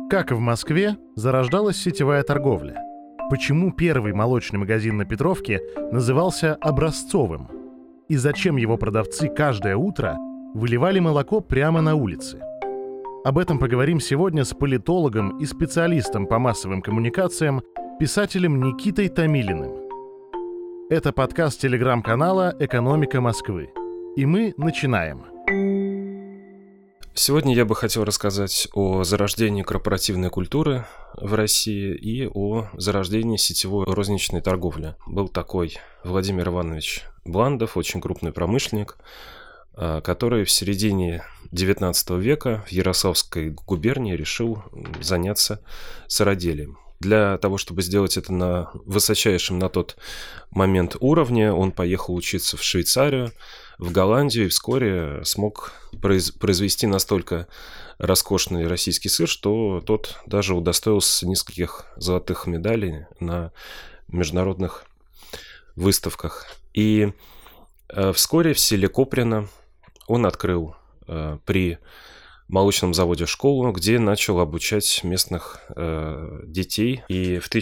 Как в Москве зарождалась сетевая торговля? Почему первый молочный магазин на Петровке назывался «Образцовым»? И зачем его продавцы каждое утро выливали молоко прямо на улице? Об этом поговорим сегодня с политологом и специалистом по массовым коммуникациям, писателем Никитой Томилиным. Это подкаст телеграм-канала «Экономика Москвы». И мы начинаем. Сегодня я бы хотел рассказать о зарождении корпоративной культуры в России и о зарождении сетевой розничной торговли. Был такой Владимир Иванович Бландов, очень крупный промышленник, который в середине XIX века в Ярославской губернии решил заняться сыроделием. Для того, чтобы сделать это на высочайшем на тот момент уровне, он поехал учиться в Швейцарию, в Голландию и вскоре смог произвести настолько роскошный российский сыр, что тот даже удостоился нескольких золотых медалей на международных выставках. И вскоре в селе Коприно он открыл при молочном заводе школу, где начал обучать местных детей. И в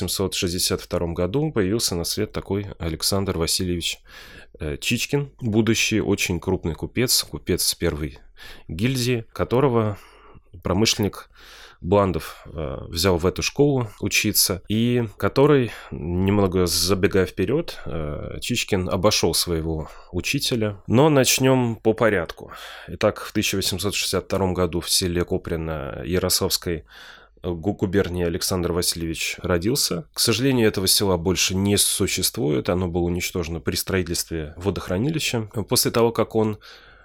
1862 году появился на свет такой Александр Васильевич Чичкин, будущий очень крупный купец первой гильдии, которого промышленник Бландов взял в эту школу учиться, и который, немного забегая вперед, Чичкин обошел своего учителя. Но начнем по порядку. Итак, в 1862 году в селе Коприно Ярославской губернии Александр Васильевич родился. К сожалению, этого села больше не существует, оно было уничтожено при строительстве водохранилища. После того, как он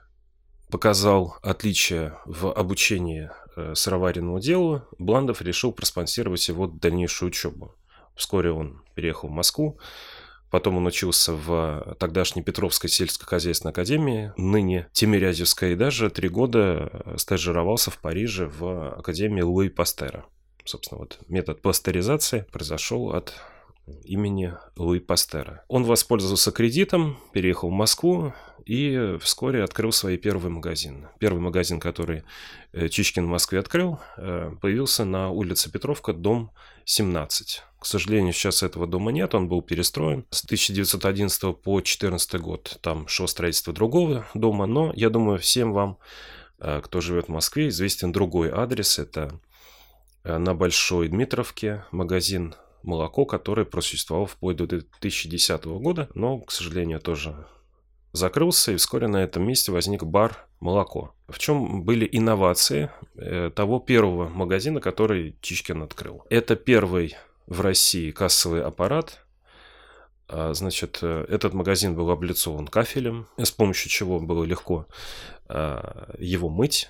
показал отличия в обучении сыроваренному делу, Бландов решил проспонсировать его дальнейшую учебу. Вскоре он переехал в Москву, потом он учился в тогдашней Петровской сельскохозяйственной академии, ныне Тимирязевской, и даже 3 года стажировался в Париже в академии Луи Пастера. Собственно, вот метод пастеризации произошел от имени Луи Пастера. Он воспользовался кредитом, переехал в Москву и вскоре открыл свой первый магазин. Первый магазин, который Чичкин в Москве открыл, появился на улице Петровка, дом 17. К сожалению, сейчас этого дома нет, он был перестроен. С 1911 по 2014 год там шло строительство другого дома, но я думаю, всем вам, кто живет в Москве, известен другой адрес. Это на Большой Дмитровке магазин «Молоко», который просуществовал вплоть до 2010 года, но, к сожалению, тоже закрылся, и вскоре на этом месте возник бар «Молоко». В чем были инновации того первого магазина, который Чичкин открыл? Это первый в России кассовый аппарат. Значит, этот магазин был облицован кафелем, с помощью чего было легко его мыть.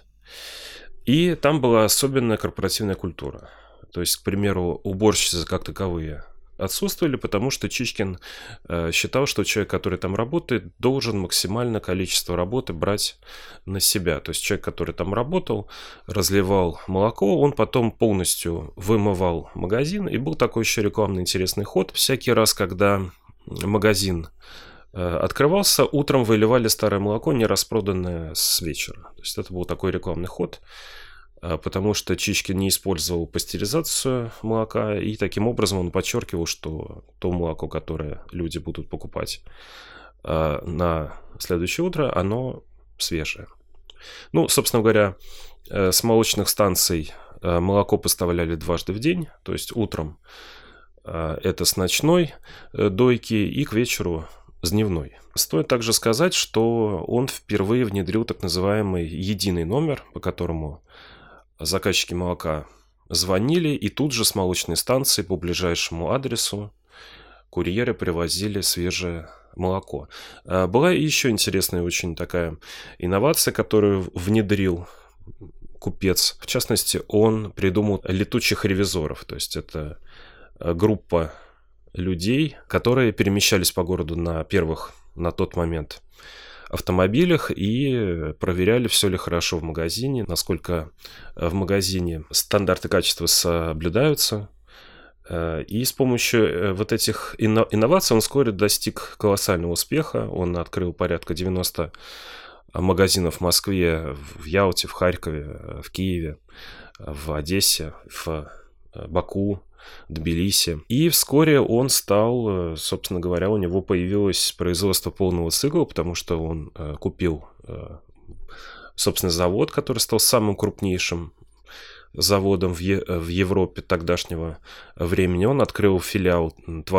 И там была особенная корпоративная культура. То есть, к примеру, уборщицы как таковые отсутствовали, потому что Чичкин считал, что человек, который там работает, должен максимальное количество работы брать на себя. То есть человек, который там работал, разливал молоко, он потом полностью вымывал магазин. И был такой еще рекламный интересный ход. Всякий раз, когда магазин открывался, утром выливали старое молоко, не распроданное с вечера. То есть это был такой рекламный ход, потому что Чичкин не использовал пастеризацию молока, и таким образом он подчеркивал, что то молоко, которое люди будут покупать на следующее утро, оно свежее. Ну, собственно говоря, с молочных станций молоко поставляли дважды в день, то есть утром это с ночной дойки и к вечеру с дневной. Стоит также сказать, что он впервые внедрил так называемый единый номер, по которому заказчики молока звонили, и тут же с молочной станции по ближайшему адресу курьеры привозили свежее молоко. Была еще интересная очень такая инновация, которую внедрил купец. В частности, он придумал летучих ревизоров. То есть это группа людей, которые перемещались по городу на первых на тот момент автомобилях и проверяли, все ли хорошо в магазине, насколько в магазине стандарты качества соблюдаются. И с помощью вот этих инноваций он вскоре достиг колоссального успеха. Он открыл порядка 90 магазинов в Москве, в Ялте, в Харькове, в Киеве, в Одессе, в Баку, Тбилиси. И вскоре он стал, собственно говоря, у него появилось производство полного цикла, потому что он купил собственный завод, который стал самым крупнейшим заводом в Европе тогдашнего времени. Он открыл филиал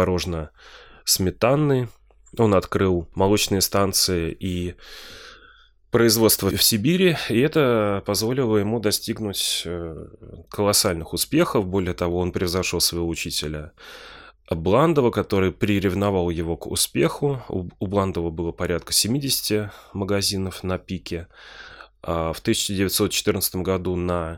творожно-сметанный, он открыл молочные станции и производство в Сибири, и это позволило ему достигнуть колоссальных успехов. Более того, он превзошел своего учителя Бландова, который приревновал его к успеху. У Бландова было порядка 70 магазинов на пике. В 1914 году на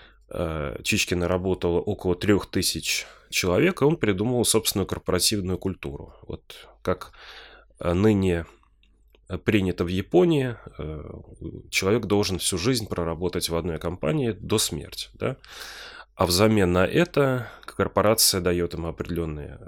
Чичкина работало около 3000 человек, и он придумал собственную корпоративную культуру. Вот как ныне принято в Японии, человек должен всю жизнь проработать в одной компании до смерти, да? А взамен на это корпорация дает ему определенные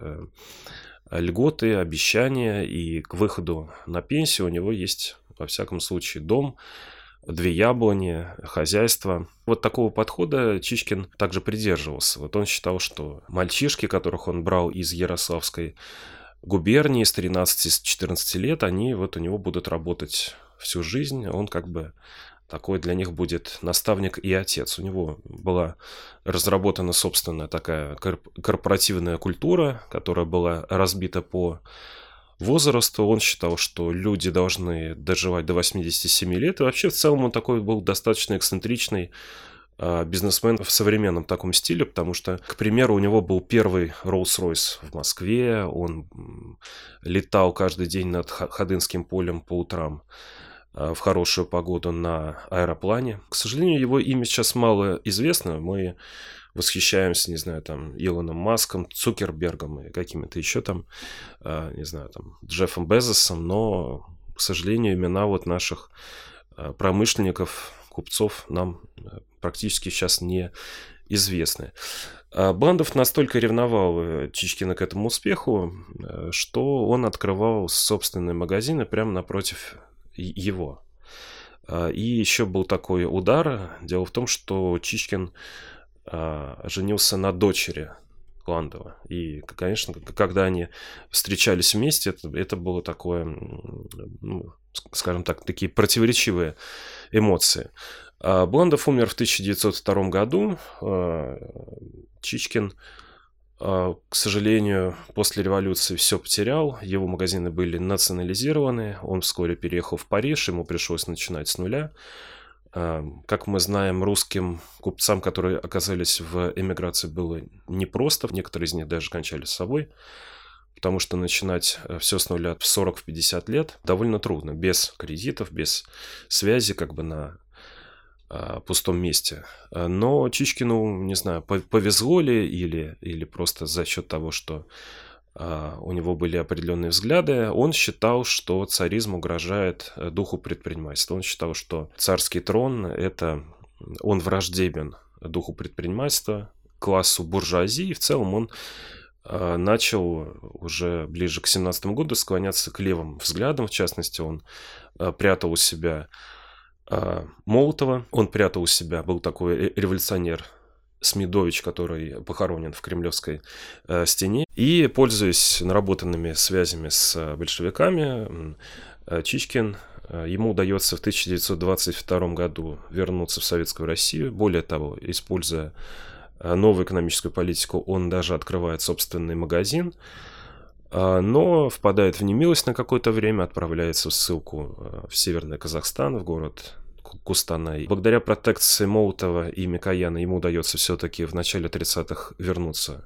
льготы, обещания, и к выходу на пенсию у него есть, во всяком случае, дом, 2 яблони, хозяйство. Вот такого подхода Чичкин также придерживался. Вот он считал, что мальчишки, которых он брал из Ярославской губернии с 13-14 лет, они вот у него будут работать всю жизнь. Он как бы такой для них будет наставник и отец. У него была разработана собственная такая корпоративная культура, которая была разбита по возрасту. Он считал, что люди должны доживать до 87 лет. И вообще в целом он такой был достаточно эксцентричный бизнесмен в современном таком стиле, потому что, к примеру, у него был первый Rolls-Royce в Москве, он летал каждый день над Ходынским полем по утрам в хорошую погоду на аэроплане. К сожалению, его имя сейчас мало известно. Мы восхищаемся, не знаю, там, Илоном Маском, Цукербергом и какими-то еще там, не знаю, там, Джеффом Безосом, но, к сожалению, имена вот наших промышленников, купцов нам практически сейчас не известны. Бландов настолько ревновал Чичкина к этому успеху, что он открывал собственные магазины прямо напротив его. И еще был такой удар. Дело в том, что Чичкин женился на дочери Бландова. И, конечно, когда они встречались вместе, это было такое, ну, скажем так, такие противоречивые эмоции. Бландов умер в 1902 году. Чичкин, к сожалению, после революции все потерял. Его магазины были национализированы. Он вскоре переехал в Париж. Ему пришлось начинать с нуля. Как мы знаем, русским купцам, которые оказались в эмиграции, было непросто. Некоторые из них даже кончали с собой. Потому что начинать все с нуля в 40-50 лет довольно трудно. Без кредитов, без связи, как бы на пустом месте. Но Чичкину, не знаю, повезло ли или просто за счет того, что у него были определенные взгляды, он считал, что царизм угрожает духу предпринимательства. Он считал, что царский трон он враждебен духу предпринимательства, классу буржуазии, и в целом он начал уже ближе к 17 году склоняться к левым взглядам. В частности, он прятал у себя Молотова, он прятал у себя, был такой революционер Смедович, который похоронен в Кремлевской стене. И, пользуясь наработанными связями с большевиками, Чичкин, ему удается в 1922 году вернуться в Советскую Россию. Более того, используя новую экономическую политику, он даже открывает собственный магазин, но впадает в немилость на какое-то время, отправляется в ссылку в Северный Казахстан, в город Кустанай. Благодаря протекции Молотова и Микояна ему удается все-таки в начале 30-х вернуться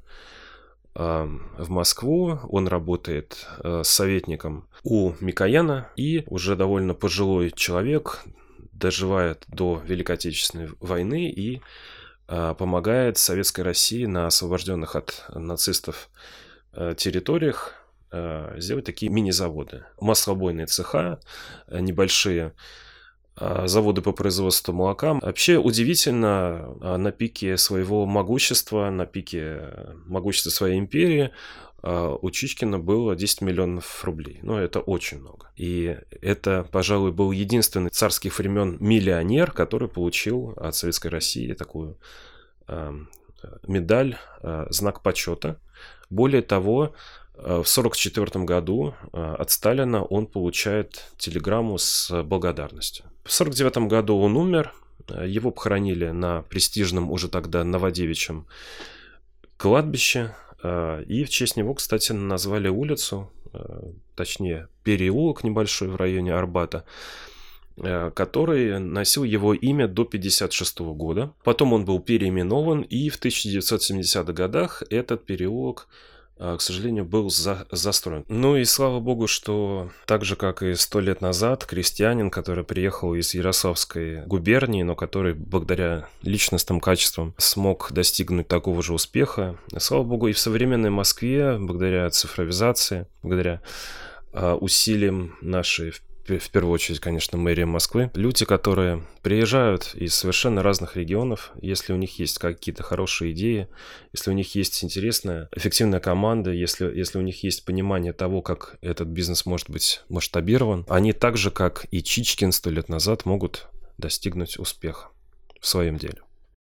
в Москву. Он работает советником у Микояна и уже довольно пожилой человек, доживает до Великой Отечественной войны и помогает Советской России на освобожденных от нацистов территориях сделать такие мини-заводы. Маслобойные цеха, небольшие заводы по производству молока. Вообще удивительно, на пике своего могущества, на пике могущества своей империи, у Чичкина было 10 миллионов рублей. Ну, это очень много. И это, пожалуй, был единственный царских времен миллионер, который получил от Советской России такую медаль, знак почета. Более того, в 1944 году от Сталина он получает телеграмму с благодарностью. В 1949 году он умер. Его похоронили на престижном уже тогда Новодевичьем кладбище. И в честь него, кстати, назвали улицу, точнее переулок небольшой в районе Арбата, который носил его имя до 1956 года. Потом он был переименован, и в 1970-х годах этот переулок, к сожалению, был застроен. Ну и слава богу, что так же, как и 100 лет назад, крестьянин, который приехал из Ярославской губернии, но который благодаря личностным качествам смог достигнуть такого же успеха, слава богу, и в современной Москве, благодаря цифровизации, благодаря усилиям нашей, в первую очередь, конечно, мэрии Москвы, люди, которые приезжают из совершенно разных регионов, если у них есть какие-то хорошие идеи, если у них есть интересная, эффективная команда, если у них есть понимание того, как этот бизнес может быть масштабирован, они так же, как и Чичкин 100 лет назад, могут достигнуть успеха в своем деле.